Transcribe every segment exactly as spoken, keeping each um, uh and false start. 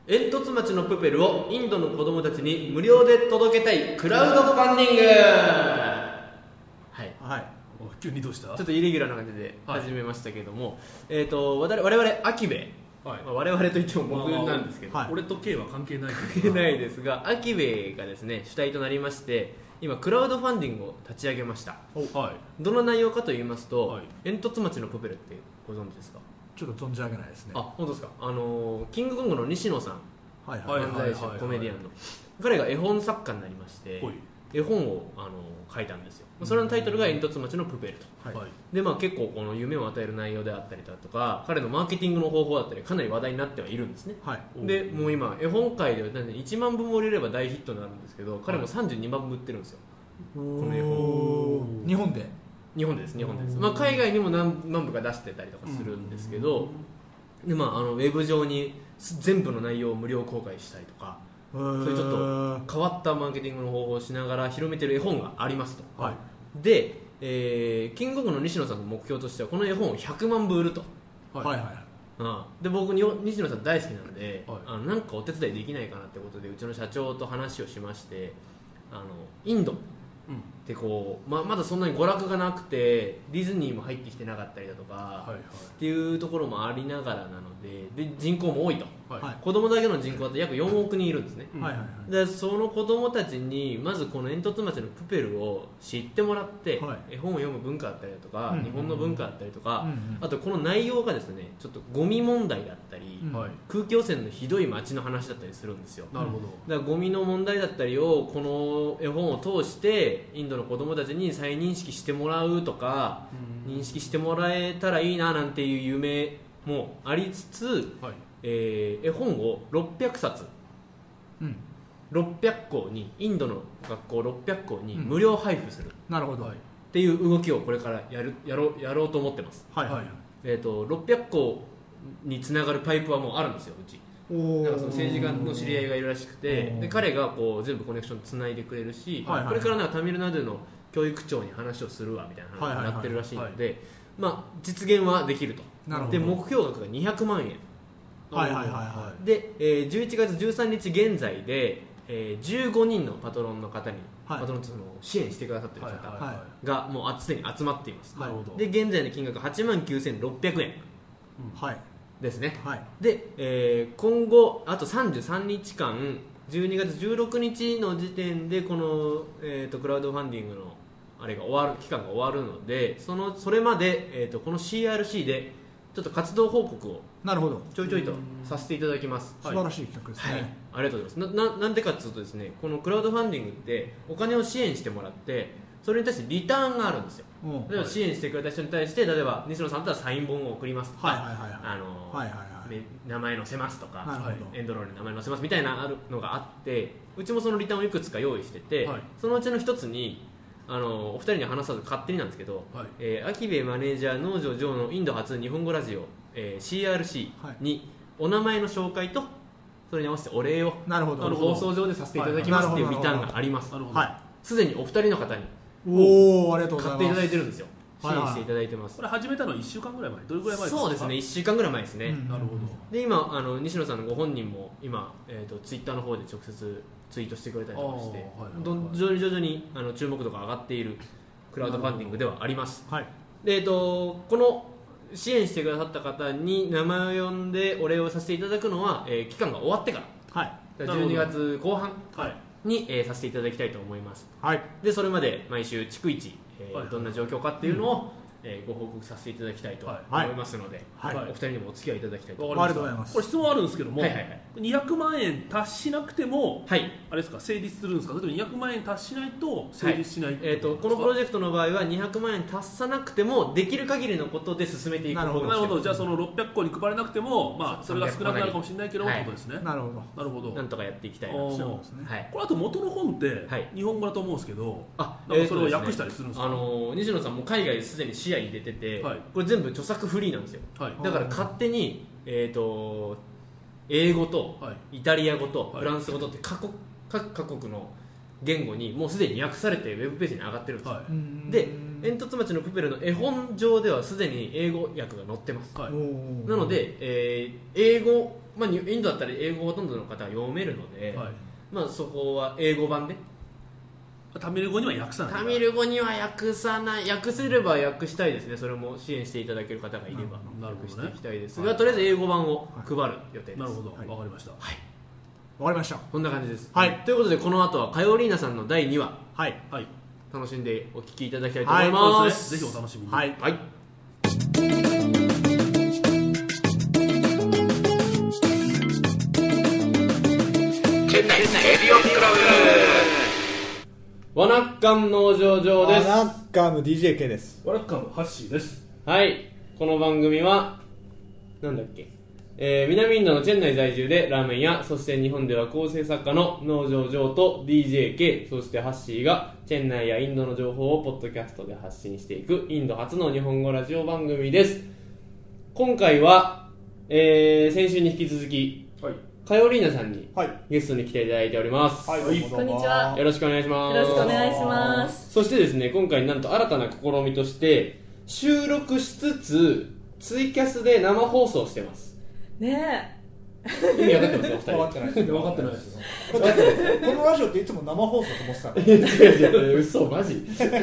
煙突町のプペルをインドの子供たちに無料で届けたいクラウドファンディング。はい、 はい、 急にどうした？ ちょっとイレギュラーな感じで始めましたけども、はい、えーと我々アキベイ、はい、まあ、我々といっても僕なんですけど、 まあまあ、俺と K は関係ない関係ないですが、アキベイがですね主体となりまして、今クラウドファンディングを立ち上げました。はい、どの内容かと言いますと、はい、煙突町のプペルってご存知ですか？ ちょっと存じ上げないですね。 あ、本当ですか？あのキングコングの西野さん、はいはい、漫才師コメディアンの彼が絵本作家になりまして、絵本をあの書いたんですよ。それのタイトルが煙突町のプペルと、はい、でまあ、結構この夢を与える内容であったりだとか、彼のマーケティングの方法だったりかなり話題になってはいるんですね。はい、でもう今絵本界ではいちまんぶも売れれば大ヒットになるんですけど、彼もさんじゅうにまんぶ売ってるんですよ、この絵本。 日本で日本です日本です、まあ、海外にも何万部か出してたりとかするんですけど、で、まあ、あのウェブ上に全部の内容を無料公開したりとか、そういうちょっと変わったマーケティングの方法をしながら広めてる絵本がありますと。はい、で、えー、キングコングの西野さんの目標としてはこの絵本をひゃくまんぶ売ると。はいはいはい、うん、で僕に西野さん大好きなので、はい、あのなんかお手伝いできないかなってことでうちの社長と話をしまして、あのインドでこう、ま, まだそんなに娯楽がなくてディズニーも入ってきてなかったりだとか、はいはい、っていうところもありながらなので、で人口も多いと、はい、子供だけの人口だと約よんおくにんいるんですね。はいはいはい、でその子供たちにまずこの煙突町のプペルを知ってもらって、はい、絵本を読む文化だったりだとか、うん、日本の文化だったりとか、うんうん、あとこの内容がですねちょっとゴミ問題だったり、うん、空気汚染のひどい街の話だったりするんですよ。なるほど。だからゴミの問題だったりをこの絵本を通してインドの子供たちに再認識してもらうとか、うん、認識してもらえたらいいななんていう夢もありつつ、はい、えー、絵本をろっぴゃくさつ、うん、ろっぴゃくこうにインドの学校ろっぴゃくこうに無料配布する、うん、 なるほどっていう動きをこれからやるやろうやろうと思ってます。はいはい、えーと、ろっぴゃくこにつながるパイプはもうあるんですよ、うち。なんかその政治家の知り合いがいるらしくて、で彼がこう全部コネクションつないでくれるし、はいはいはい、これからなんかタミルナドゥの教育長に話をするわみたいな話になってるらしいので、はいはいはい、まあ、実現はできると。で目標額がにひゃくまんえん、はいはいはいはい、で、えー、じゅういちがつじゅうさんにち現在で、えー、じゅうごにんのパトロンの方に、はい、パトロンその支援してくださっている方がもうすでに集まっています。はい、で現在の金額はちまんきゅうせんろっぴゃくえん、うん、はいですね。はい、で、えー、今後あとさんじゅうさんにちかんじゅうにがつじゅうろくにちの時点でこの、えー、とクラウドファンディングのあれが終わる期間が終わるので、そのそれまで、えー、とこの シーアールシー でちょっと活動報告をなるほどちょいちょいとさせていただきます。 素晴らしい企画ですね。はい、 ありがとうございます。 な, な, なんでかというとですね、このクラウドファンディングってお金を支援してもらってそれに対してリターンがあるんですよ。例えば支援してくれた人に対して例えば西野さんだったらサイン本を送りますとか、はいはいはいはい、あの、はいはいはい、名前載せますとか、エンドロールに名前載せますみたいなあるのがあって、うちもそのリターンをいくつか用意してて、はい、そのうちの一つにあのお二人には話さず勝手になんですけど、はい、えー、アキベイマネージャー農場上のインド初日本語ラジオ、えー、シーアールシー にお名前の紹介とそれに合わせてお礼をなるほどあの放送上でさせていただきますっていうリターンがあります。すでにお二人の方におありがとうございます。 買っていただいてるんですよ。支援していただいてます。 これ始めたのいっしゅうかんぐらい前、どれぐらい前ですか？ そうですね、いっしゅうかんぐらい前ですね。うん、 なるほど。 で今あの西野さんのご本人も今、えー、とツイッターの方で直接ツイートしてくれたりとかして、はいはいはい、ど徐々に徐々にあの注目度が上がっているクラウドファンディングではあります。はい、でえー、とこの支援してくださった方に名前を呼んでお礼をさせていただくのは、えー、期間が終わってから、はい、じゅうにがつこう半に、えー、させていただきたいと思います。はい、でそれまで毎週逐一、えーはい、どんな状況かっていうのを、うん、えー、ご報告させていただきたいと思いますので、はいはい、お二人にもお付き合いいただきたいと思います。ありがとうございます。 これ質問あるんですけども、はいはいはい、にひゃくまんえん達しなくても、はい、あれですか、成立するんですか？それともにひゃくまんえん達しないと成立しない、はい、えー、とこのプロジェクトの場合はにひゃくまんえん達さなくてもできる限りのことで進めていく方法。なるほど。じゃあそのろっぴゃくこに配れなくても、まあ、それが少なくなるかもしれないけど、はい、ということですね。 なるほどなるほど。 なんとかやっていきたいなと思いますね。はい、 これあと元の本って日本語だと思うんですけど、あ、なんかそれを訳したりするんですか？ あの西野さんも海外すでに視野に出てて、はい、これ全部著作フリーなんですよ。はい、だから勝手に、えー、と英語とイタリア語とフランス語とって各各各国の言語にもうすでに訳されてウェブページに上がってるんですよ、 はで煙突町のプペルの絵本上ではすでに英語訳が載ってます、 はい、 なので、えー英語、まあ、インドだったら英語ほとんどの方は読めるので、 はい、 まあ、そこは英語版でタミル語には訳さないタミル語には訳さない訳せれば訳したいですね。それも支援していただける方がいれば訳していきたいですが、とりあえず英語版を配る予定です。 なるほど、 はいわかりました。 はい、 わかりました。 こんな感じです、 はい、 ということでこの後はカヨリーナさんのだいにわ、 はいはい、 楽しんでお聞きいただきたいと思います、 はい、ぜひお楽しみに。 はい、 はい、ワナッカン農場上です。 ワナッカム ディージェーケー です。 ワラッカムハッシーです。 はい、この番組はなんだっけ、えー、南インドのチェン内在住でラーメン屋、そして日本では構成作家の農場上と ディージェーケー、そしてハッシーがチェン内やインドの情報をポッドキャストで発信していくインド初の日本語ラジオ番組です。今回は、えー、先週に引き続き、はい、カヨリーナさんにゲストに来ていただいております。 はい、 こんにちは。 よろしくお願いします。 よろしくお願いします。 そしてですね、今回なんと新たな試みとして収録しつつツイキャスで生放送してます。 ね意味分かってますよ、ふたり。 分かってないです。 分かってないです。 だってこのラジオっていつも生放送と思ってたの。 違う違う、嘘、マジ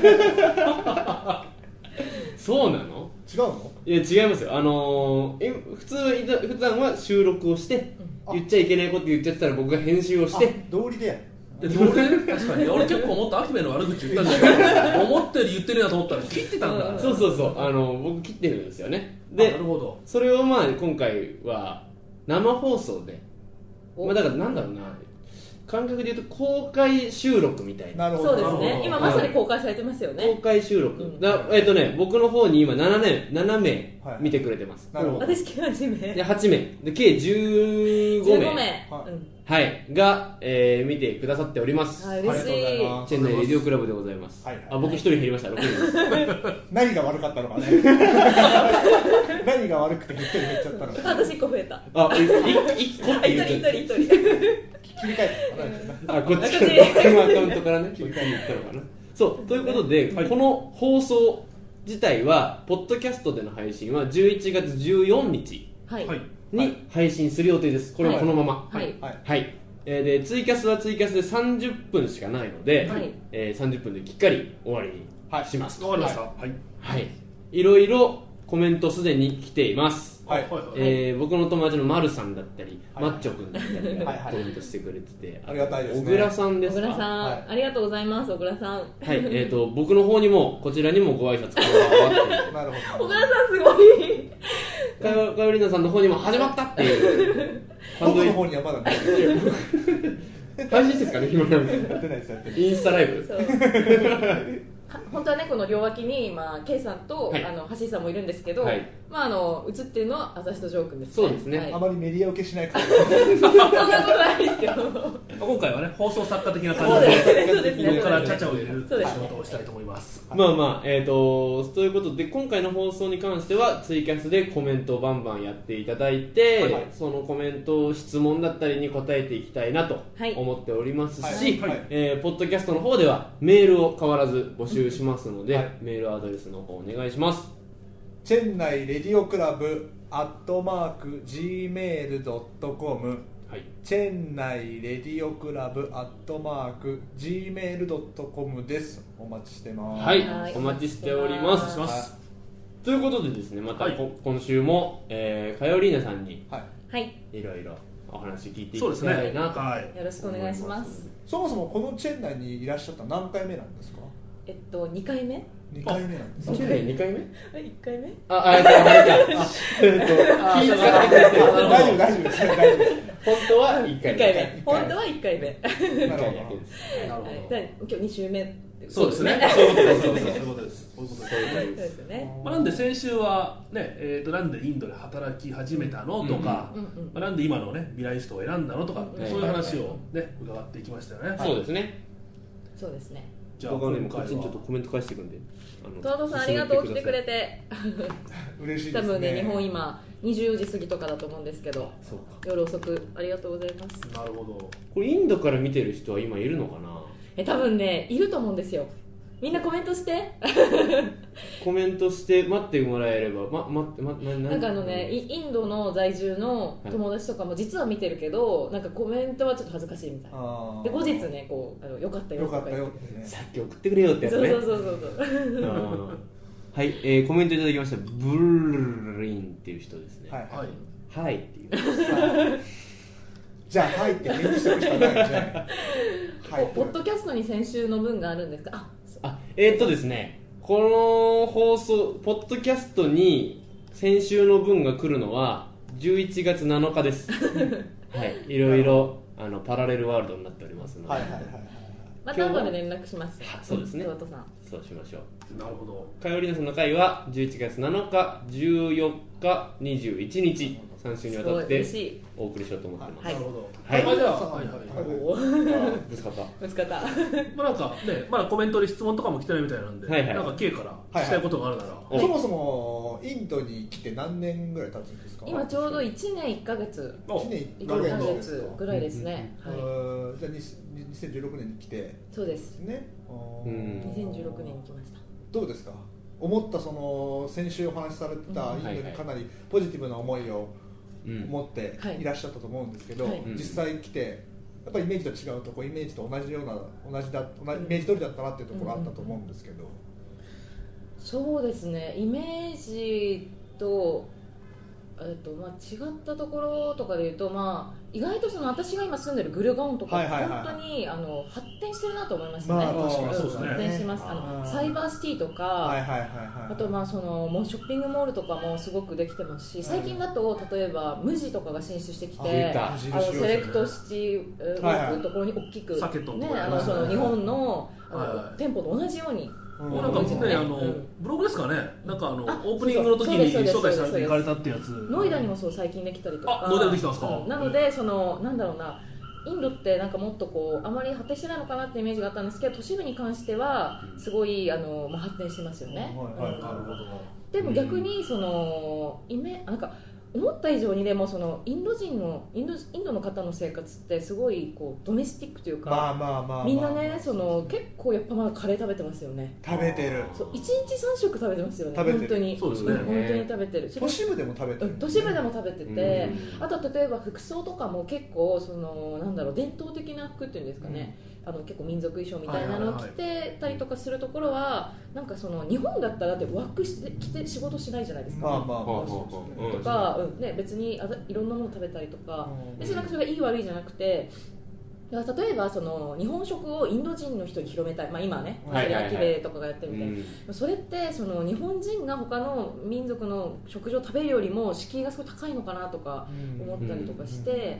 そうなの？ 違うの？ いや違いますよ。あのー、え普通普段は収録をして言っちゃいけないこと言っちゃってたら僕が編集をして道理でで俺確かに俺結構もっとアキベの悪口言ったんだけど思ったより言ってるなと思ったら切ってたんだ。 そうそうそう、あの僕切ってるんですよね。 で、 でなるほど。 それをまあ今回は生放送で、まあ、だからなんだろうな、感覚で言うと公開収録みたいな。 なるほど。 そうですね。今まさに公開されてますよね。 公開収録、 うん、 だえっとね、僕の方に今ななめいななめい見てくれてます、 はい、なるほど。 私はちめいではちめいで計じゅうごめい、 じゅうごめい、 はい、 うんはい、が、えー、見てくださっております。 あ、嬉しい。 ありがとうございます。 チェンナイレディオクラブでございます。 はいはい、 あ、僕一人減りました。ろくにんです。 何が悪かったのかね。何が悪くて一人減っちゃったのか。 私いっこ増えた。 あ、いい一個って言っちゃった。 一人一人一人。 切り替えたのかな。 あ、こっちから僕のアカウントからね、こっちに行ったのかな。そうということで、はい、この放送自体はポッドキャストでの配信はじゅういちがつじゅうよっかはいに配信する予定です。これはこのまま。 はい。 はい。はい、えー、でツイキャスはツイキャスでさんじゅっぷんしかないので、 はい、 えー、さんじゅっぷんできっかり終わりにします。 わかりました。はい。 はい。いろいろコメントすでに来ています。 はい。 えー、僕の友達のマルさんだったり、 はい、 マッチョくんだったりがコメントしてくれてて、 ありがたいですね。 小倉さんですか。 小倉さん、はい、ありがとうございます。小倉さん。はい。 えっ、ー、と僕の方にもこちらにもご挨拶があってなるほど。 小倉さんすごい。 かよかよりなさんの方にも始まったっていう僕の方にはまだない配信ですかね、今なんやってないです、やってない。 インスタライブ。 本当はね、この両脇に、まあ、K さんと、 はい、 あの橋井さんもいるんですけど、 はい、 まあ、あの映ってるのは私とジョー君ですね。 そうですね、はい、 あまりメディア受けしないからそんなことないですけど今回はね、放送作家的な感じでそうですね、 ここからチャチャを入れる仕事をしたいと思います。 まあまあ、えーとということで今回の放送に関してはツイキャスでコメントをバンバンやっていただいて、はいはい、そのコメント質問だったりに答えていきたいなと思っておりますし、はいはい、えー、ポッドキャストの方ではメールを変わらず募集しますので、はい、メールアドレスの方お願いします。 チェンナイレディオクラブアットマーク ジーメールドットコム、はい、チェンナイレディオクラブアットマーク ジーメールドットコム です。お待ちしてます。 はい、お待ちしております。 はい、 ということでですね、また、はい、今週も、えー、カヨリーナさんに、はい、いろいろお話聞いていきたいなと、 はい、よろしくお願いします。 そもそもこのチェンナイにいらっしゃった何回目なんですか？ えっとにかいめ？ にかいめなんですね。チェンナイにかいめ？ いっかいめ？ あ、あ、あれか。えっと、気使ってくれてる。 大丈夫、大丈夫です。大丈夫です。 本当はいっかいめ。 本当はいっかいめ。 いっかいだけです。 なるほど。今日に週目。 そうですね。そういうことです。そういうことです。そういうことです。 そうですね。 まあなんで先週はね、えっとなんでインドで働き始めたのとか、まあなんで今のねビライストを選んだのとか、そういう話をね伺っていきましたよね。 そうですね。 そうですね。 じゃあ僕はね、こっちにちょっとコメント返してくんで。 トワトさんありがとう、来てくれて。 嬉しいですね。 多分ね、日本今にじゅうよじ過ぎとかだと思うんですけど、 そうか、 夜遅くありがとうございます。 なるほど。 これインドから見てる人は今いるのかな？ え多分ねいると思うんですよ。みんなコメントしてコメントして待ってもらえれば、ま、待って、ま、な、 なんかあのねインドの在住の友達とかも実は見てるけど、なんかコメントはちょっと恥ずかしいみたいな。で後日ねこうあのよかったよよかったよってね、 さっき送ってくれよってやつね。 そうそうそうそうはい、えー、コメントいただきました。ブルリンっていう人ですね。 はいはいはいっていう、 はい、じゃあはいって返事しておくしかないですね。はい、 ポッドキャストに先週の分があるんですか。ああえー、っとですねこの放送ポッドキャストに先週の分が来るのはじゅういちがつなのかですはいいろいろあのパラレルワールドになっておりますので、 はいはいはいはい、 また後で連絡します。 そうですね、 トワトさんそうしましょう。 なるほど。 カヨリナさんの会はじゅういちがつなのか、じゅうよっか、にじゅういちにちさん週にわたってお送りしようと思ってます。 はい、 なるほど。 はい、 あじゃあ、はいはいはい。 ぶつかったぶつかったまあなんかね、まだコメントで質問とかも来てないみたいなんで、 はいはい、 なんか K から聞きたいことがあるなら、 はいはい、そもそもインドに来て何年ぐらい経つんですか。 今ちょうどいちねんいっかげついちねんいっかげつぐらいですね、 うん、はい、じゃあにせんじゅうろくねんに来てそうですね、 うん、 にせんじゅうろくねんに来ました。 どうですか、思ったその先週お話しされてたインドにかなりポジティブな思いを持っていらっしゃったと思うんですけど、 はいはい、 実際来てやっぱりイメージと違うとこイメージと同じような同じだ同じイメージ通りだったなっていうところがあったと思うんですけど、 そうですね、イメージと、えっとまあ、違ったところとかでいうと、まあ、意外とその私が今住んでるグルガオンとか、はいはいはい、本当にあの発展してるなと思いましたね。 まあ、確かにそうですね。 発展してます。あのサイバーシティとか、はいはいはいはい、あとまあそのもうショッピングモールとかもすごくできてますし、最近だと例えば無地とかが進出してきて、あのセレクトシティのところに大きく、ね、あのその日本の、あの、はいはい、店舗と同じように。 もうなんかね、あのブログですかね、なんかあのオープニングの時に招待されて行かれたってやつ、 ノイダにもそう最近できたりとか、 あ、ノイダできたんですか。 なのでそのなんだろうな、インドってなんかもっとこうあまり発展してないのかなってイメージがあったんですけど、都市部に関してはすごいあの、まあ、発展してますよね。 はいはい、なるほど。 でも逆にそのイメなんか思った以上にでもそのインド人のインドインドの方の生活ってすごいこうドメスティックというか、 まあまあまあまあ、 みんなねその結構やっぱまだカレー食べてますよね。 食べてる。 そういちにちさん食食べてますよね。 食べてる本当にそうですね。 本当に食べてる。 都市部でも食べてる。 都市部でも食べてて、あと例えば服装とかも結構そのなんだろう伝統的な服っていうんですかね。うん、あの結構民族衣装みたいなのを着てたりとかするところはなんかその日本だったらだってワークして着て仕事しないじゃないですか。 まあまあまあそうですね。 とか、うんね、別にいろんなもの食べたりとか、別になんかそれがいい悪いじゃなくて、例えばその日本食をインド人の人に広めたい、まあ、今ねアキレとかがやってるみたいな、うん、それってその日本人が他の民族の食事を食べるよりも敷居がすごい高いのかなとか思ったりとかして、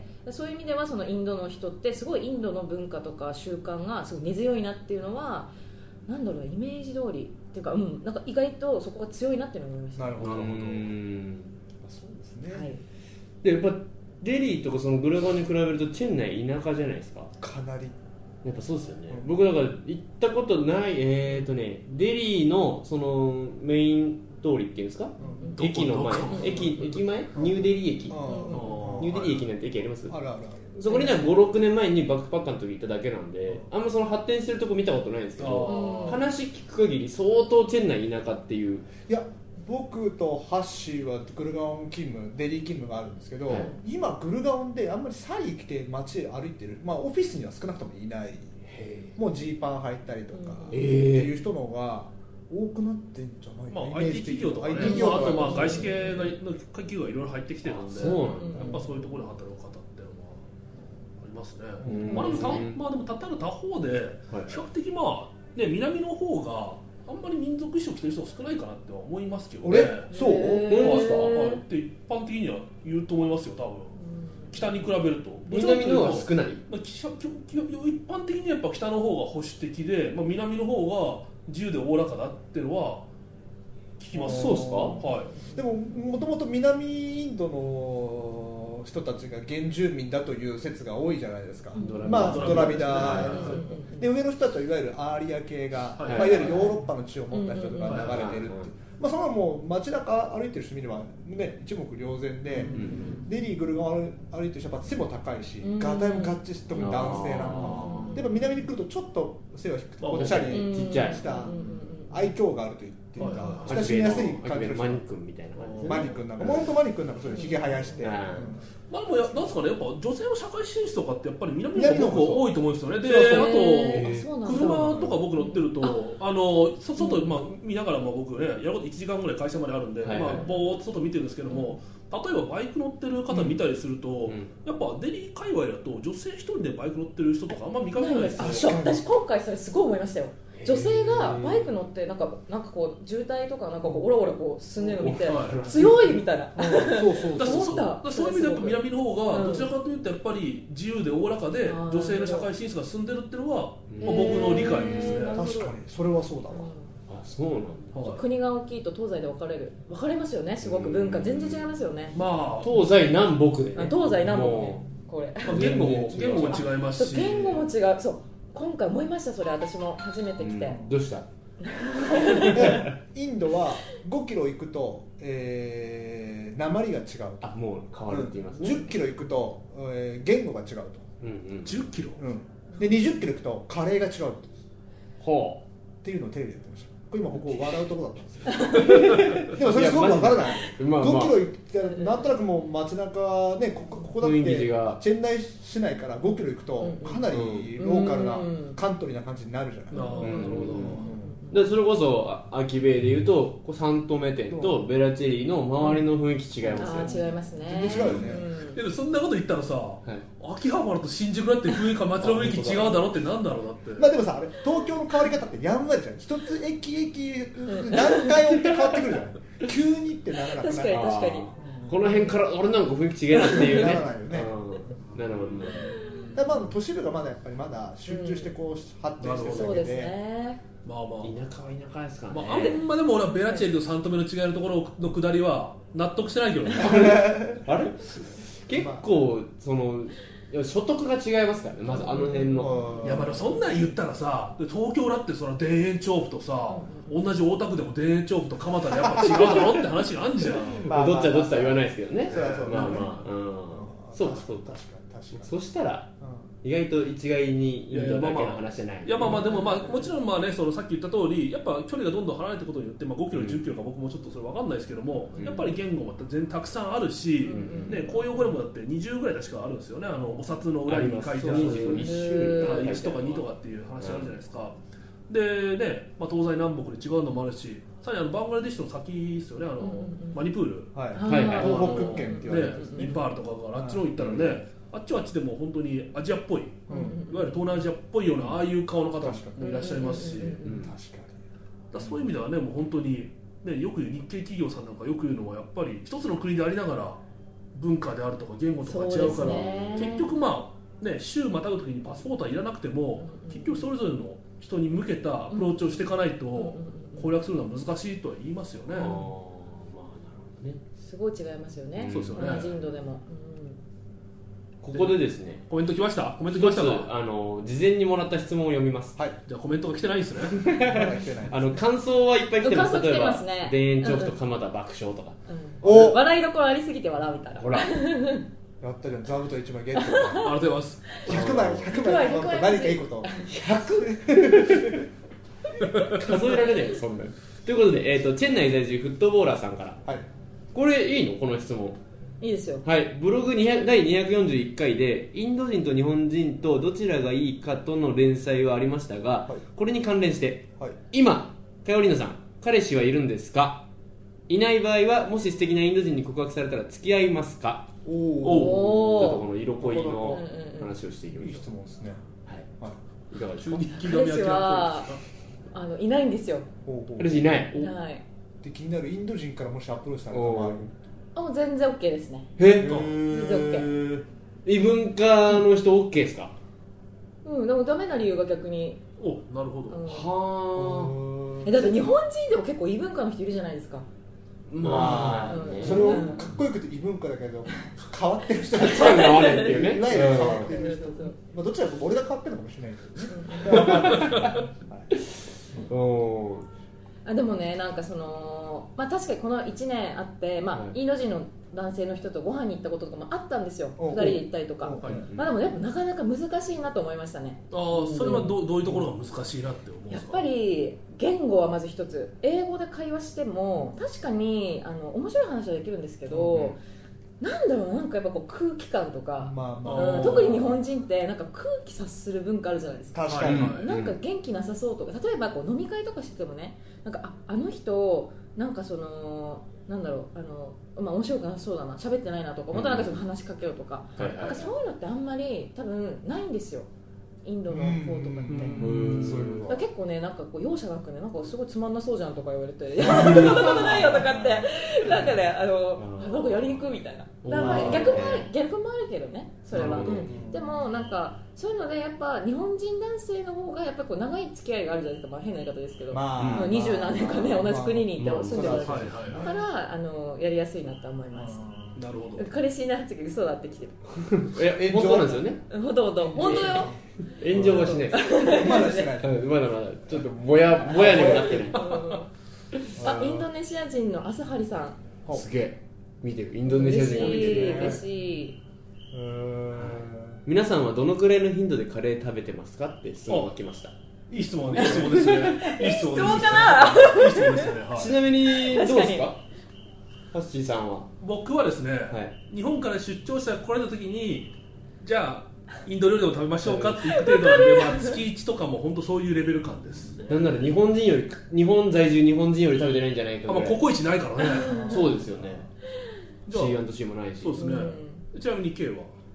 うん、そういう意味ではそのインドの人ってすごいインドの文化とか習慣がすごい根強いなっていうのはなんだろうイメージ通りっていうか、うん、なんか意外とそこが強いなっていうのを思いました。 なるほどなるほど。 そうですね。 はい、 でやっぱデリーとかそのグルガオンに比べるとチェンナイ田舎じゃないですか。 かなりやっぱそうですよね、うん、僕だから行ったことないえーとねデリーのそのメイン通りっていうんですか、うん、駅の前駅駅前ニューデリー駅、うん、ニューデリー駅なんて駅あります？ あるあるある。 そこにはごろくねんまえにバックパッカーの時行っただけなんで、あんまその発展してるとこ見たことないんですけど、話聞く限り相当チェンナイ田舎っていう。 いや僕とハッシーはグルガオン勤務デリー勤務があるんですけど、はい、今グルガオンであんまりサリー着て街へ歩いてる、まあ、オフィスには少なくともいない、もうジーパン履いたりとかっていう人の方が多くなってんじゃないかな、 まあ、アイティー 企業とかね、 企業とかあとまあ外資系の企業がいろいろ入ってきてるんで、 そうなんだ、 やっぱそういうところで働く方っていうのはありますね。まあでもた、まあ、でもたったの他方で比較的まあね南の方があんまり民族衣装着てる人少ないかなって思いますけどね。 そう思いますか？ はい、って一般的には言うと思いますよ、多分。北に比べると。 南の方が少ない。 まあ、一般的にやっぱ北の方が保守的で、まあ、南の方が自由でおおらかだっていうのは聞きます。 そうですか？ はい。 でももともと南インドの人たちが原住民だという説が多いじゃないですか。ドラまあドラビダで上の人たちはいわゆるアーリア系が、はいまあ、いわゆるヨーロッパの血を持った人とか流れてるっていう、 まあ、そのもう街中歩いてる人見れば、ね、一目瞭然で、うん、デリーグルが歩いてる人は背も高いし、うん、ガタイもガッチリして、特に男性なんかはでも南に来るとちょっと背は低くてぽっちゃりした愛嬌があると言っていいか、親しみやすい感じのマニ君みたいな感じで、 マニ君なんかもう本当マニ君なんかそれひげ生やして、うん、 まあでもやなんですかね、やっぱ女性の社会進出とかってやっぱり南の方が多いと思うんですよね。で、あと車とか僕乗ってると、あの外、まあ、見ながらまあ僕ねやることいちじかんぐらい会社まであるんで、はいはい、まあ、ぼーっと外見てるんですけども、例えばバイク乗ってる方見たりすると、うん、やっぱデリー界隈だと女性一人でバイク乗ってる人とかあんま見かけないですよね。 私今回それすごい思いましたよ。女性がバイク乗ってなんかなんかこう渋滞とかなんかこうオラオラこう進んでるの見て強いみたいな、 そうそうだそうだそういう意味でやっぱ南の方がどちらかというとやっぱり自由でおおらかで女性の社会進出が進んでるっていうのが、まあ、僕の理解ですね。 確かにそれはそうだわ。 あ、そうなんだ、 はい、国が大きいと東西で分かれる分かれますよね。すごく文化全然違いますよね。 まあ東西南北で、ね、 東西南北ね、これ、 まあ、言語も言語も違いますし、 言語も違う。そう今回思いました。それ私も初めて来て、うん、 どうしたインドはごキロ行くと、えー、訛りが違う。 あ、もう変わるって言いますね。 じゅっキロ行くと、えー、言語が違うと、 うんうん、 じゅっキロ、 うん、でにじゅっキロ行くとカレーが違うと、 ほうっていうのをテレビでやってました。これ今ここ笑うとこだったんですよでもそれすごくわからない。まあまあ、ごキロ行ってなんとなくもう街中ね、ここ、ここだってチェンナイ市内からごキロ行くとかなりローカルなカントリーな感じになるじゃないですか。 なるほど。 でそれこそ秋ベイでいうとサントメ店とベラチェリーの周りの雰囲気違いますよね。 あ、違いますね。 全然違うよね、 うん、でそんなこと言ったらさ、はい、秋葉原と新宿だって雰囲気街の雰囲気違うだろうってなんだろうだって。 まあでもさ、あれ東京の変わり方ってやんわりじゃん。一つ駅駅何回追って変わってくるじゃん急にってならなくない。 確かに確かに。 この辺から俺なんか雰囲気違えなっていうね。 ならないよね。 なるほどね。 だからまあ都市部がまだやっぱりまだ集中してこう、うん、発展してるだけで。 そうですね。 まあまあ、 田舎は田舎ですからね、 まあ、あんまでも俺はベラチェリとサントメの違いのところの下りは納得してないけどねあれ結構その所得が違いますからね、まずあの辺の。 いやまあそんなん言ったらさ、東京だってその田園調布とさ、同じ大田区でも田園調布と蒲田でやっぱ違うだろって話があるじゃんまあどっちはどっちは言わないですけどね。 そうそう、 まあまあ、うん、そうかそうか。 確かに確かに。 そしたら意外と一概にインドだけの話じゃない。 いやまあまあでもまあもちろんまあね、そのさっき言った通りやっぱ距離がどんどん離れていくことによって、まあ、ごキロじゅっキロか僕もちょっとそれ分かんないですけども、うん、やっぱり言語も全たくさんあるし、うんね、公用語でもだってにじゅうぐらい確かあるんですよね。あのお札の裏に書いてあるいちとかにとかっていう話あるじゃないですか。でね、まあ、東西南北で違うのもあるし、さらにあのバングラデシュの先ですよね、あの、うん、マニプール、 はいはいはい、東北圏って言われるんですね。 インパールとかからあっちの方行ったらね、はい、あっちはあっちでも本当にアジアっぽい、うん、いわゆる東南アジアっぽいようなああいう顔の方もいらっしゃいますし、確かにだそういう意味ではね、もう本当に、ね、よく言う日系企業さんなんかよく言うのはやっぱり一つの国でありながら文化であるとか言語とか違うから、結局まあね、州またぐ時にパスポートはいらなくても、うん、結局それぞれの人に向けたアプローチをしていかないと攻略するのは難しいとは言いますよね。あ、まあ、なるほどね。すごい違いますよね。 そうですよね。 同じインドでも、うん、 ここでですね、 コメント来ました。コメント来ましたか。 あの事前にもらった質問を読みます。 はい。じゃあコメントが来てないですね。 あの感想はいっぱい来てます。 感想来てますね。田園調布と蒲田爆笑とか。 うん、お、笑いどころありすぎて笑うみたいな。 ほら。 やったじゃん、座布団いちまいゲット。 ありがとうございます。 ひゃくまい、ひゃくまいの何かいいこと。 ひゃく 数えられないよそんな。ということで、えーと、チェンナイ在住フットボーラーさんから、はい、これいいのこの質問。 いいですよ。 はい、ブログにひゃくだいにひゃくよんじゅういっかいでインド人と日本人とどちらがいいかとの連載はありましたが、はい、これに関連して、はい、今カヨリーナさん彼氏はいるんですか？いない場合はもし素敵なインド人に告白されたら付き合いますか？おお、ちょっとこの色恋の話をしていきましょう。 いい質問ですね。 はい、はい、いかがですか？ 彼氏はあのいないんですよ。 彼氏いない。 いない。 で気になるインド人からもしアプローチされたらあ、もう全然 OK ですね。 え、 全然 OK。 異文化の人 OK ですか？ うん、でもダメな理由が逆に。 お、なるほど。うん、 はあ。え、だって日本人でも結構異文化の人いるじゃないですか。 まあ、 うん、それをかっこよくて異文化だけど変わってる人が変わるっていうね。 いわゆる変わってる人。まあどちらか俺が変わってるのかもしれないけどね。はい、 おあでもね、なんかその、まあ、確かにこのいちねんあって、まあはい、インド人の男性の人とご飯に行ったこととかもあったんですよ、ふたりで行ったりとか、まあ、でもやっぱなかなか難しいなと思いましたね。 ああ、それは ど, どういうところが難しいなって思うんですか？ やっぱり言語はまず一つ、英語で会話しても確かにあの面白い話はできるんですけど、うん、なんだろう、なんかやっぱこう空気感とか、まあまあ、うん、特に日本人ってなんか空気察する文化あるじゃないですか。 確かに、 うん、なんか元気なさそうとか、例えばこう飲み会とかしててもね、なんか あ, あの人なんかそのなんだろう、あの、まあ、面白くなさそうだな、喋ってないなとか思ったらなんかその話しかけようとか、うん、なんかそういうのってあんまり多分ないんですよ、インドの方とかって。結構ね、なんかこう容赦なくね、なんかすごいつまんなそうじゃんとか言われて、いやそんなことないよとかってなんかね、あのなんかやりにくいみたいな。だからまあ逆もある、逆もあるけどね、それは、うん、でもなんかそういうのでやっぱ日本人男性の方がやっぱこう長い付き合いがあるじゃないですか、まあ、変な言い方ですけど、まあ、二十何年かね、同じ国にいて住んでるわけですだからあのやりやすいなと思います。 なるほど。 彼氏になる次嘘だってきてる。 え、本当なんですよね。 ほどほど、本当よ。 炎上はしない。 まだしてない。 まだまだちょっとぼやぼやにもなってない。 あ、インドネシア人のアスハリさん。すげえ。見てる。インドネシア人が見てる。 嬉しい。 皆さんはどのくらいの頻度でカレー食べてますかって質問が来ました。 いい質問、いい質問ですね。いい質問かな。 いい質問ですね。 ちなみにどうですか。ハッシーさんは。 僕はですね、はい、日本から出張者が来られた時に、じゃあインド料理でも食べましょうかって言ってるので、まあ、月いちとかも本当そういうレベル感です。 なんなら日本人より、日本在住日本人より食べてないんじゃないかぐらい。 あ、まあ、ココイチないからね。 そうですよね。シーアンドシー もないし。 そうですね。ちなみに K は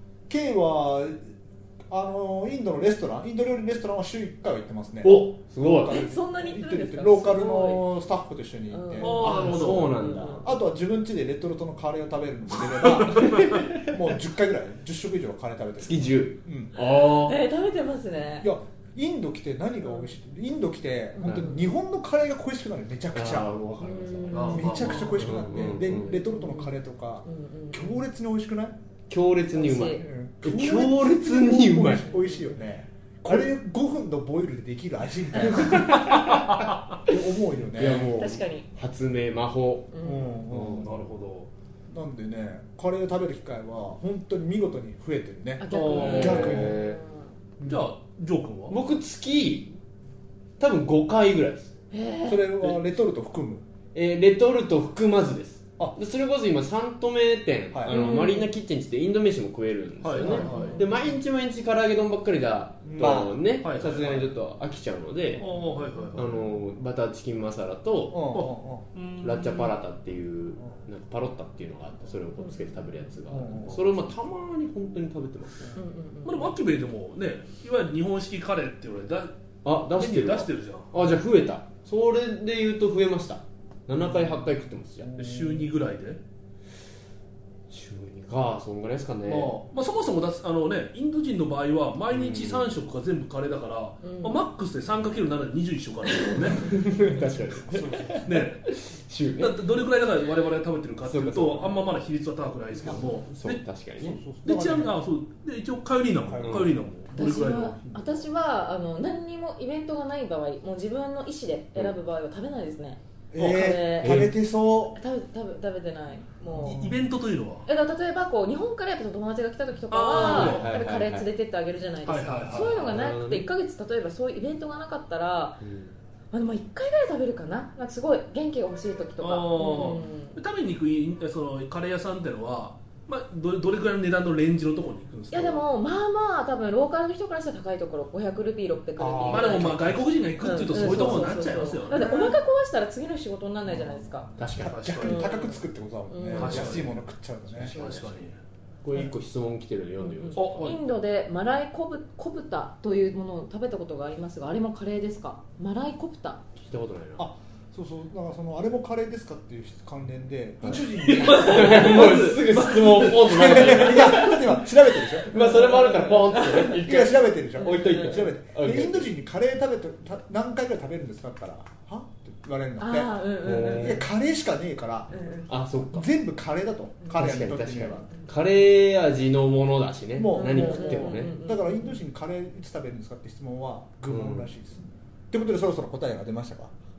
K はあのインドのレストラン、インド料理レストランは週いっかいは行ってますね。 お、すごい。 え、そんなに行ってるんですか。 ローカルのスタッフと一緒に行って、 ああ、そうなんだ。 あとは自分家でレトルトのカレーを食べるのでればもうじゅっかいぐらい、じゅっしょく以上カレー食べてる。 月じゅう。 うん。 ああ。 えー、食べてますね。 いや、インド来て何が美味しい、インド来て本当に日本のカレーが恋しくなる、めちゃくちゃ。めちゃくちゃ恋しくなって、でレトルトのカレーとか強烈に美味しくない？ 強烈にうまい。強烈にうまい。 美味しいよね。これごふんのボイルでできる味みたいなって思うよね。 いやもう確かに発明魔法。 うんうん、なるほど。なんでね、カレーを食べる機会は本当に見事に増えてるね。 逆に。 逆に。 じゃあジョー君は？ 僕月多分ごかいぐらいです。 それはレトルト含む？ えー、レトルト含まずです。あ、それこそ今三都名店、はい、あのマリーナキッチンってインド飯も食えるんですよね、はいはいはい、で毎日毎日唐揚げ丼ばっかりだとね、さすがにちょっと飽きちゃうので、はいはいはい、あのバターチキンマサラとラッチャパラタっていうなんかパロッタっていうのがあって、それをこうつけて食べるやつがある、それをまあたまに本当に食べてますね、 まあ、でもアキベイでもね、いわゆる日本式カレーっていうのであ出してる出してるじゃん。 あ、じゃあ増えた。それで言うと増えました。ななかいはっかい食ってますじゃん。 週にぐらいで週にか、そんぐらいですかね。 まあまあ、そもそもだあの、ね、インド人の場合は毎日さんしょくが全部カレーだから、うんまあ、マックスで さんかけるなな でにじゅういっしょくあるんだよね。 確かにね週ね。だってどれくらいだから我々が食べてるかっていうと、あんままだ比率は高くないですけども、 そう確かにね。 でちなみにあそうで一応カヨリーナもカヨリーナもどれくらいの？ 私はあの何にもイベントがない場合、もう自分の意思で選ぶ場合は食べないですね。 えー、食べてそう。 食べ食べ食べてない。もうイベントというのは？ えだ例えばこう日本からやっぱ友達が来た時とかはカレー連れてってあげるじゃないですか。そういうのがなくていっかげつ例えばそういうイベントがなかったら、うん、あでもいっかいぐらい食べるかな。なんかすごい元気が欲しい時とか。 うん、食べに行くそのカレー屋さんってのは。まあ、ど, どれくらいの値段のレンジのところに行くんですか？ いやでもまあまあ多分ローカルの人からしたら高いところごひゃくルピーろっぴゃくルピー。 まあでもまあ外国人が行くっていうとそういうところになっちゃいますよね。 だってお腹壊したら次の仕事にならないじゃないですか。 確かに逆に高くつくってことだもんね、うん、安いもの食っちゃうとね。 確かに。 これいっこ質問来てるので読んでよ、 うん、インドでマライコブコブタというものを食べたことがありますが、あれもカレーですか？マライコブタ聞いたことないな。 あそうそう、だからそのあれもカレーですかっていう関連で、宇宙人にもうすぐ質問ポンとなっていやだって今調べてるでしょ。 まあそれもあるからポンってね一回調べてるでしょ。 置いといて調べてでインド人にカレー食べて何回ぐらい食べるんですかって言ったらはって言われるんだって。あ、うんうんうん、いやカレーしかねえから、 うん、あそっか全部カレーだと。カレーにとってみればカレー味のものだしね。もう何食ってもね。 だからインド人にカレーいつ食べるんですかって質問は愚問らしいです。ということでそろそろ答えが出ましたか？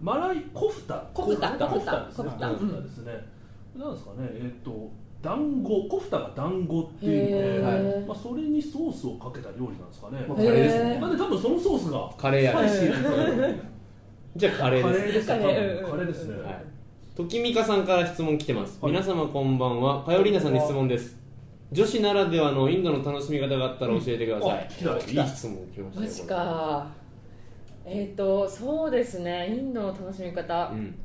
マライコフタコフタコフタですね。 コフタコフタですね。なんですかね。えっと団子コフタが団子っていうので、まあそれにソースをかけた料理なんですかね。 カレーですね。 なんで多分そのソースがカレーやね。 スパイシーなんですよ。 じゃあカレーです。 カレーですね。 カレーカレーですね。 はい。ときみかさんから質問来てます。皆様こんばんは。パヨリーナさんに質問です。女子ならではのインドの楽しみ方があったら教えてください。いい質問来ましたね。 マジか。えっとそうですね。インドの楽しみ方。うん。うん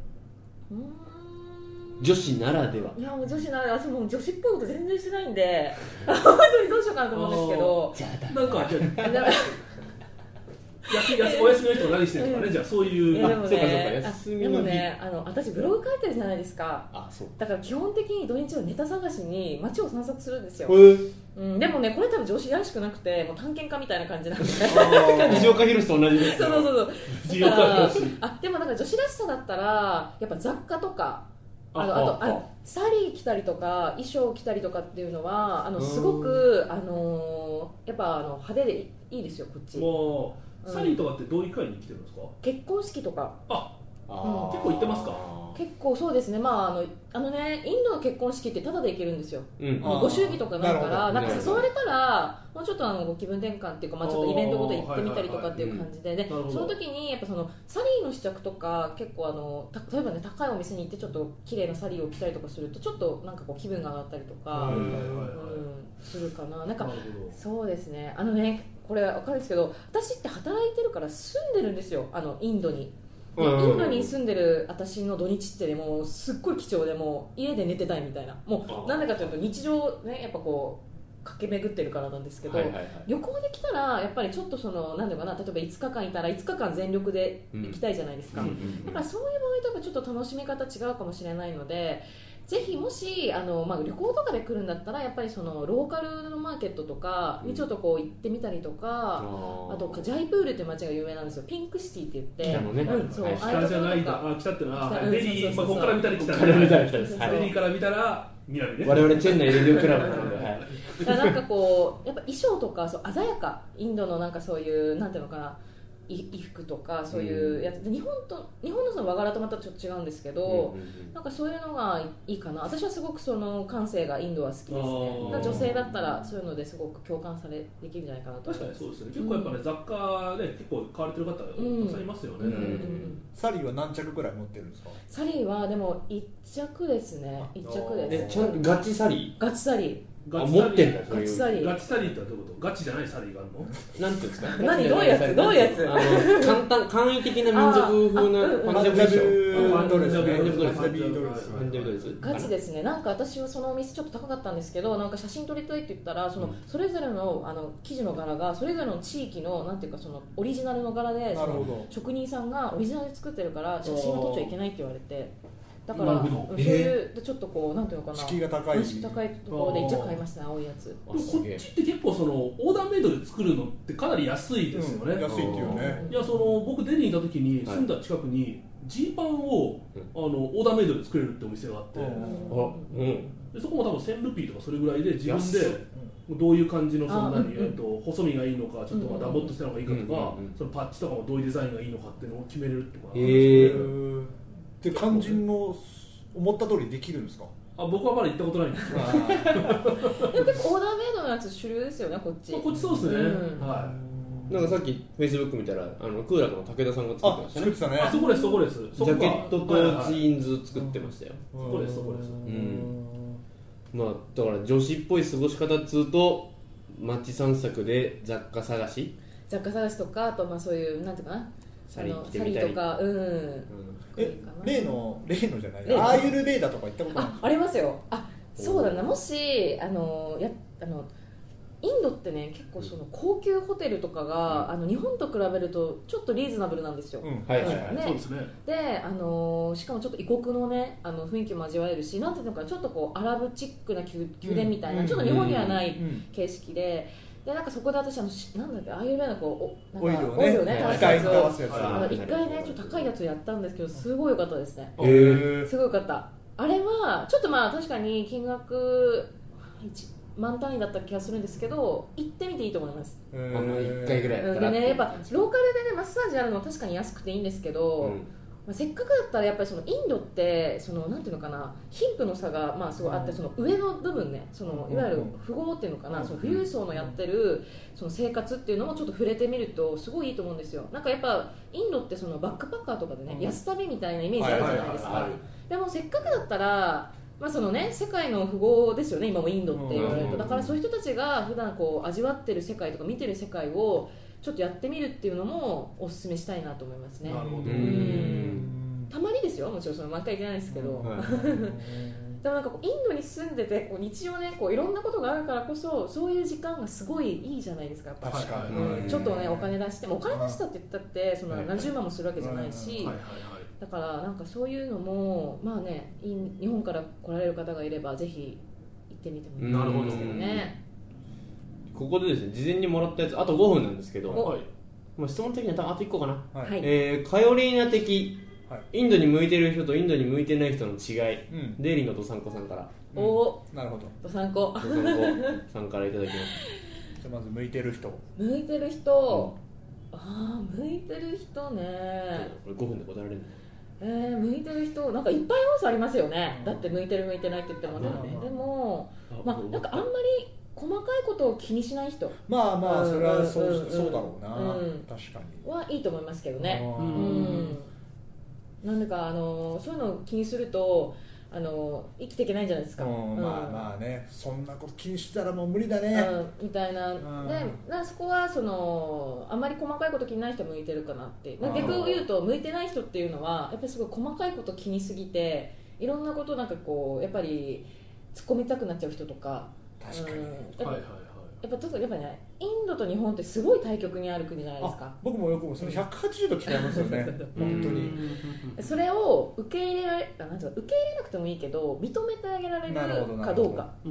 女子ならでは。 いやもう女子ならでは、私もう女子っぽいこと全然してないんで本当にどうしようかなと思うんですけど。 じゃあなんかじゃあ休休お休みの人は何してるのかね、じゃあそういう。 いやでもね、 そうかそうか休みの日。 でもね、あの私ブログ書いてるじゃないですか。 あ、そう。 だから基本的に土日はネタ探しに街を散策するんですよ。 へー。 うん、でもねこれ多分女子らしくなくてもう探検家みたいな感じなんで。 藤岡弘と同じです。 そうそうそうそう。 藤岡弘。 あでもなんか女子らしさだったらやっぱ雑貨とか。あのあとあサリー着たりとか衣装着たりとかっていうのはあのすごくあのやっぱあの派手でいいですよこっち。 もうサリーとかってどういう会に来てるんですか？ 結婚式とか。 あ、 うん、 結構行ってますか？ 結構そうですね。まああのあのねインドの結婚式ってタダで行けるんですよ。 うん、 ご祝儀とかないから、なんか誘われたらもうちょっとあのご気分転換っていうか、まあちょっとイベントごと行ってみたりとかっていう感じで、でその時にやっぱそのサリーの試着とか結構あの例えばね高いお店に行ってちょっと綺麗なサリーを着たりとかするとちょっとなんかこう気分が上がったりとか、うん、するかな。なんかそうですね。あのねこれわかるんですけど、私って働いてるから住んでるんですよ。あのインドに。インドに住んでる私の土日ってねもうすっごい貴重でもう家で寝てたいみたいな、もうなんでかというと日常ねやっぱこう駆け巡ってるからなんですけど、はいはいはい、旅行で来たらやっぱりちょっとそのなんていうかな、例えばいつかかんいたらいつかかん全力で行きたいじゃないですか、うん、だからそういう場合とかちょっと楽しみ方違うかもしれないので、ぜひもしあの、まあ、旅行とかで来るんだったらやっぱりそのローカルのマーケットとかにちょっとこう行ってみたりとか、うん、あとジャイプールっていう街が有名なんですよ。ピンクシティって言って北のね、 うん、そう、はい、 北じゃないんだ、あ、北ってのはデリー、まあ、ここから見たら北から見たら北です。 デリーから見たら南ね。 我々チェンナイレディオクラブなので、はい、 だからなんかこうやっぱ衣装とかそう鮮やか、インドのなんかそういうなんていうのかな、衣服とかそういうやつ、うん、日本と日本のその和柄とまたちょっと違うんですけど、うんうんうん、なんかそういうのがいいかな。私はすごくその感性がインドは好きですね。女性だったらそういうのですごく共感されできるんじゃないかなと。 確かにそうですね。結構やっぱね、うん、雑貨ね結構買われてる方たくさんいますよね、うんうんうん、 サリーは何着ぐらい持ってるんですか？ サリーはでもいっ着ですね。いっ着です。 え、ちゃんとガチサリー？ ガチサリー。 あ、持ってんだ。 ガチサリー。 ガチサリーってどういうこと？ガチじゃないサリーがあるの？ なんていうんですか？ 何、どういうやつ？どういうやつ？ あの簡単簡易的な民族風なパンジャブ衣装。 パンジャブドレス。 パンジャブドレス。 パンジャブドレス。 パンジャブドレス。 ガチですね。なんか私はそのお店ちょっと高かったんですけど、なんか写真撮りたいって言ったら、そのそれぞれのあの生地の柄がそれぞれの地域のなんていうかそのオリジナルの柄で、その職人さんがオリジナルで作ってるから写真を撮っちゃいけないって言われて。だからそういうちょっとこうなんていうのかな、 敷居が高い敷居高いところで一着買いましたね、青いやつ。 こっちって結構そのオーダーメイドで作るのってかなり安いですよね、 うん、安いっていうね。 いや、その僕デリーにいた時に住んだ近くにジーパンをあのオーダーメイドで作れるってお店があって、うん、でそこも多分せんルピーとかそれぐらいで自分でどういう感じのその何、えっと細身がいいのかちょっとダボっとしたのがいいかとか、そのパッチとかもどういうデザインがいいのかっていうのを決めれるってことなんですよね。 で肝心の思った通りできるんですか？ あ、僕はまだ行ったことないんですよ。 でも結構オーダーメイドのやつ主流ですよね、こっち。 まあ、こっちそうですね、うん、はい。 なんかさっきフェイスブック見たらあのクーラーの武田さんが作ってましたね。 作ってたね。 あ、そこですそこです。ジャケットとジーンズ作ってましたよ。 そこですそこです。うんん。まあだから女子っぽい過ごし方っつうと街散策で雑貨探し。 雑貨探しとか、あとまあそういうなんていうかな。 サリー着てみたりとか、うん。うん、 え、例の例のじゃない。アーユルベーダとか行ったことない？ あ、ありますよ。あ、そうだな。もしあのやあのインドってね結構その高級ホテルとかが、うん、あの日本と比べるとちょっとリーズナブルなんですよ。 うん、はいはいはい。そうですね。 で、あのしかもちょっと異国のねあの雰囲気も味わえるし、なんていうのかちょっとこうアラブチックな宮殿みたいな、うん、ちょっと日本にはない形式で。でなんかそこで私あのなんだっけああいうようなこうなんかオイルをね垂らすやつをあの一回ねちょっと高いやつをやったんですけどすごい良かったですね。 へー、 すごい良かった。あれはちょっとまあ確かに金額いちまん単位だった気がするんですけど行ってみていいと思います。 あのいっかいぐらいやったら。 でねやっぱローカルでねマッサージあるのは確かに安くていいんですけど、 まあ、せっかくだったらやっぱりそのインドってそのなんていうのかな貧富の差がまあすごいあって、その上の部分ね、そのいわゆる富豪っていうのかな、その富裕層のやってるその生活っていうのもちょっと触れてみるとすごいいいと思うんですよ。なんかやっぱインドってそのバックパッカーとかでね、安旅みたいなイメージあるじゃないですか。でもせっかくだったらまあそのね、世界の富豪ですよね今もインドって言われると。だからそういう人たちが普段こう味わってる世界とか見てる世界をちょっとやってみるっていうのもおすすめしたいなと思いますね。 なるほど。 うんたまにですよ、もちろんその毎回いけないですけど、はい、でもなんかこうインドに住んでてこう日常ねこういろんなことがあるからこそそういう時間がすごいいいじゃないですか。やっぱ確かに、 うん、ちょっとねお金出してもお金出したって言ったってその何十万もするわけじゃないし、だからなんかそういうのもまあね、日本から来られる方がいればぜひ行ってみてもいいと思うんですけどね。 ここでですね、事前にもらったやつあとごふんなんですけど、はい、まあ質問的にはあといっこかな、はい、えー、カヨリーナ的インドに向いてる人とインドに向いてない人の違い、うん、デイリーのドサンコさんから、 うん、おなるほど、 ドサンコドサンコさんからいただきました。 じゃあまず向いてる人向いてる人、うん、ああ向いてる人ね、 これごふんで答えられるの。 えー、向いてる人なんかいっぱい要素ありますよね、うん、だって向いてる向いてないって言ってもね、うん、でも、まあ、なんかあんまり細かいことを気にしない人、 まあまあそれはそう、うん、そうだろうな、うん、確かにはいいと思いますけどね。うん、なんでかあのそういうのを気にするとあの生きていけないんじゃないですか。 うん、まあまあね、そんなこと気にしたらもう無理だね、 うん、みたいな、うん、でそこはそのあんまり細かいこと気にない人は向いてるかなって。逆を言うと向いてない人っていうのはやっぱりすごい細かいこと気にすぎていろんなことなんかこうやっぱり突っ込みたくなっちゃう人とか。 確かに、うん、 やっぱ、はいはいはい、やっぱちょっとやっぱね、インドと日本ってすごい対極にある国じゃないですか。 僕もよくもそれひゃくはちじゅうど違いますよね本当に。 それを受け入れられなんていうか受け入れなくてもいいけど認めてあげられるかどうか、うん、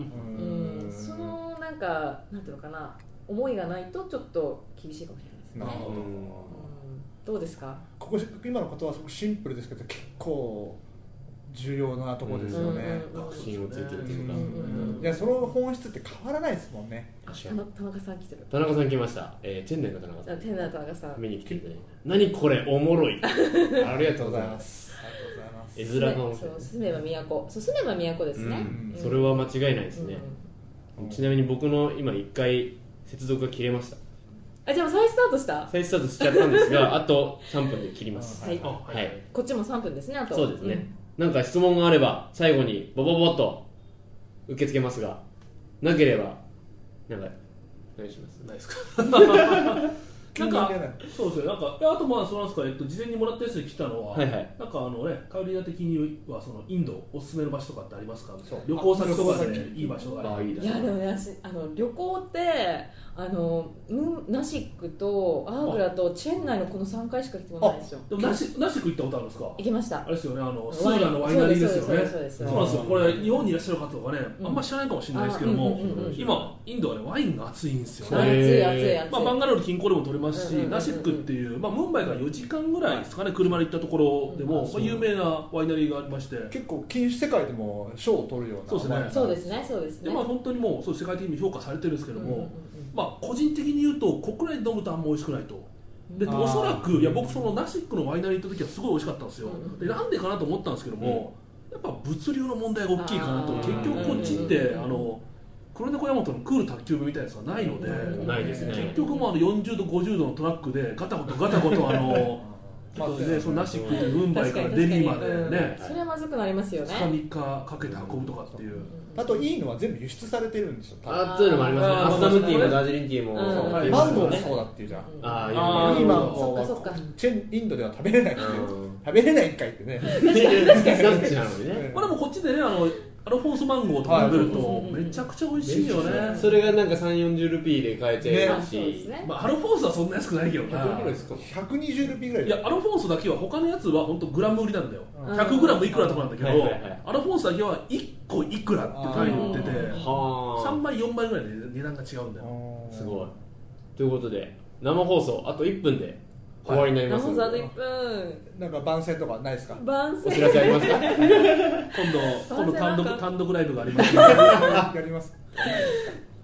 そのなんかなんていうのかな、思いがないとちょっと厳しいかもしれないですね。なるほど、うん、どうですか。 ここ今のことはすごくシンプルですけど結構重要なところですよね。 確信をついてるというか、 いやその本質って変わらないですもんね。 田中さん来てる。 田中さん来ました。えー、チェンナイの田中さん。 チェンナイの田中さん見に来ていただいて。何これおもろい。ありがとうございます。 ありがとうございます。 絵面が面白い。そう、住めば都。そう、住めば都ですね。 うん、それは間違いないですね。うん、ちなみに僕の今いっかい接続が切れました。 あ、じゃあ再スタートした。 再スタートしちゃったんですが、あとさんぷんで切ります。 はい。はい。こっちもさんぷんですね。あと。 そうですね。うんなんか質問があれば最後にボボボッと受け付けますが、なければなんかお願いします。 ないですか。なんかそうですね。なんかあとまあそうなんですか。えっと事前にもらったやつで来たのは、はいはい、なんかあのね、カウリーナ的にはそのインドおすすめの場所とかってありますか。旅行先とかでいい場所がある。 いやでもね、あの旅行ってあのナシックとアーグラとチェンナイのこのさんかいしか来てこないんですよ。 でもナシナシック行ったことあるんですか。 行きました。 あれですよね、あのスーラのワイナリーですよね。 そうですそうなんですよ。これ日本にいらっしゃる方とかね、あんま知らないかもしれないですけども、今インドはねワインが熱いんですよね。 熱い熱い熱い。 まあバンガロール近郊でも取れますし、ナシックっていうまあムンバイからよじかんぐらいですかね、車で行ったところでもまあ有名なワイナリーがありまして、 結構禁酒世界でも賞を取るような。 そうですね。 そうですねそうですね。 でまあ本当にもうそう世界的に評価されてるんですけども。まあ、個人的に言うと国内で飲むとあんま美味しくないと。でおそらくいや僕そのナシックのワイナリー行った時はすごい美味しかったんですよ。でなんでかなと思ったんですけども、やっぱ物流の問題が大きいかなと。結局こっちってあの黒猫大和のクール卓球部みたいなやつがないので、 ないですね。 結局もあのよんじゅうどごじゅうどのトラックでガタゴトガタゴトあのまあね、そのナシックというムンバイからデリーまでね、 それはまずくなりますよね。 ふつかみっかかけて運ぶとかっていう。 あといいのは全部輸出されてるんですよ。 あっというのもありますね。アッサムティーもダージリンティーもマンゴーもそうだっていうじゃん。 ああいいマンゴーはチェンインドでは食べれないっていう食べれないんかいってね。 産地なのにね。 まあでもこっちでねあのアルフォンスマンゴーとか食べるとめちゃくちゃ美味しいよね。 それがなんかさんじゅうよんじゅうルピーで買えちゃうし、 まあアルフォンスはそんな安くないけどな。 ひゃくにじゅうルピーぐらい。 いやアルフォンスだけは他のやつは本当グラム売りなんだよ。ひゃくグラムいくらとかなんだけど、アルフォンスだけはいっこいくらって単位で売ってて、さんばいよんばいぐらいで値段が違うんだよ。 すごい。ということで生放送あといっぷんで終わりになりますので、 あといっぷんなんか番宣とかないですか。 番宣お知らせありますか。 今度今度単独単独ライブがあります。 やります。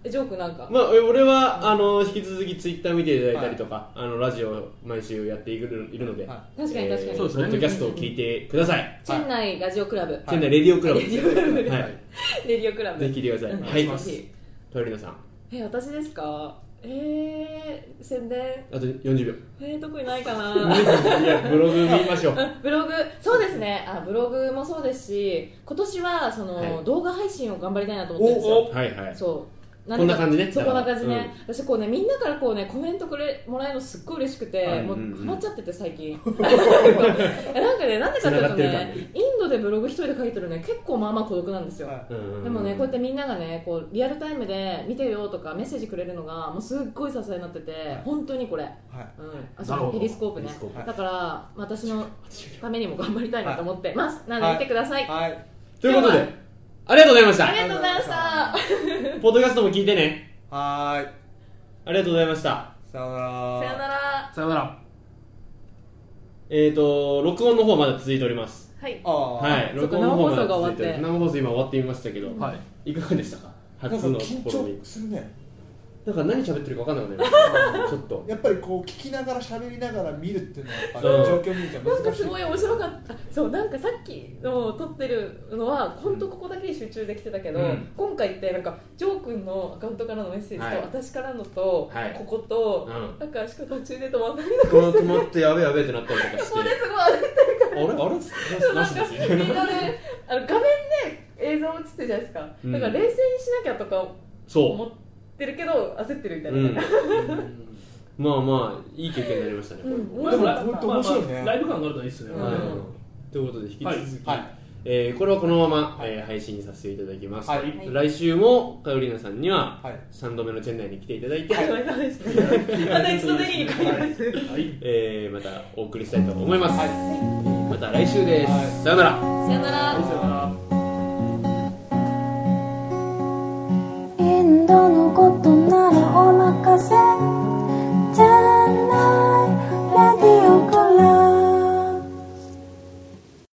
ジョークなんか、 まあ、俺はあの引き続きツイッター見ていただいたりとか、はい、あのラジオ毎週やっているいるので、 はい、確かに確かに、 えー、ポッドキャストを聞いてください、はい、 チェンナイラジオクラブ、 チェンナイレディオクラブです、はい、 レディオクラブぜひ聞いてください、 うん、 はいトヨリナさん。 え私ですか。えー、宣伝あとよんじゅうびょう。 えー、特にないかな。 いやブログ見ましょう。 ブログそうですね。あブログもそうですし、今年はその、はい、動画配信を頑張りたいなと思ってるんですよ。 はいはい。 そう。 こんな感じね。 そうこんな感じね、うん、私こうねみんなからこうねコメントくれもらえるのすっごい嬉しくて、はい、もうハマっちゃってて最近。なんかねなんでかっていうとねインドでブログ一人で書いてるね結構まあまあ孤独なんですよ。はい、でもねこうやってみんながねこうリアルタイムで見てよとかメッセージくれるのがもうすっごい支えになってて、はい、本当にこれ。はい、うん。あそのペリスコープね。だから私のためにも頑張りたいなと思ってます。なので見てください。 はい。 ということでありがとうございました。 ありがとうございました。 ポッドキャストも聞いてね。 はい。 ありがとうございました。 さよなら。 さよなら。 さよなら。 えっと録音の方まだ続いております。 はい。 あはい。録音の方まだ続いております。生放送今終わってみましたけど、はい。いかがでしたか。初の試み。 緊張するね。 だから何喋ってるか分かんなくなる。ちょっとやっぱりこう聞きながら喋りながら見るっていうのはやっぱり状況見ると難しい。 なんかすごい面白かった。そうなんかさっきの撮ってるのは本当ここだけに集中できてたけど、うん、今回ってなんかジョー君のアカウントからのメッセージと、はい、私からのと、はい、ここと、うん、なんかしか途中で止まったりとかして止まってやべやべってなったりとかして。 それすごい焦ってるから。あれあれ？ なんかみんなねあの画面で映像映ってるじゃないですか。うん、だから冷静にしなきゃとか思って。てるけど焦ってるみたいな、うん、 まあまあいい経験になりましたね、うん、 これでも本当面白いね、まあまあ、 ライブ感があるといいですね、うんうん、ということで引き続き、 はいはいえー、これはこのまま、はいえー、配信させていただきます、はい、来週もかよりなさんにはさんどめのチェン内に来ていただいて、 はい、そうですねまた一度デリーに帰ります、 はいえー、またお送りしたいと思います、はい、また来週です、はい、さよならさよなら。 さよなら。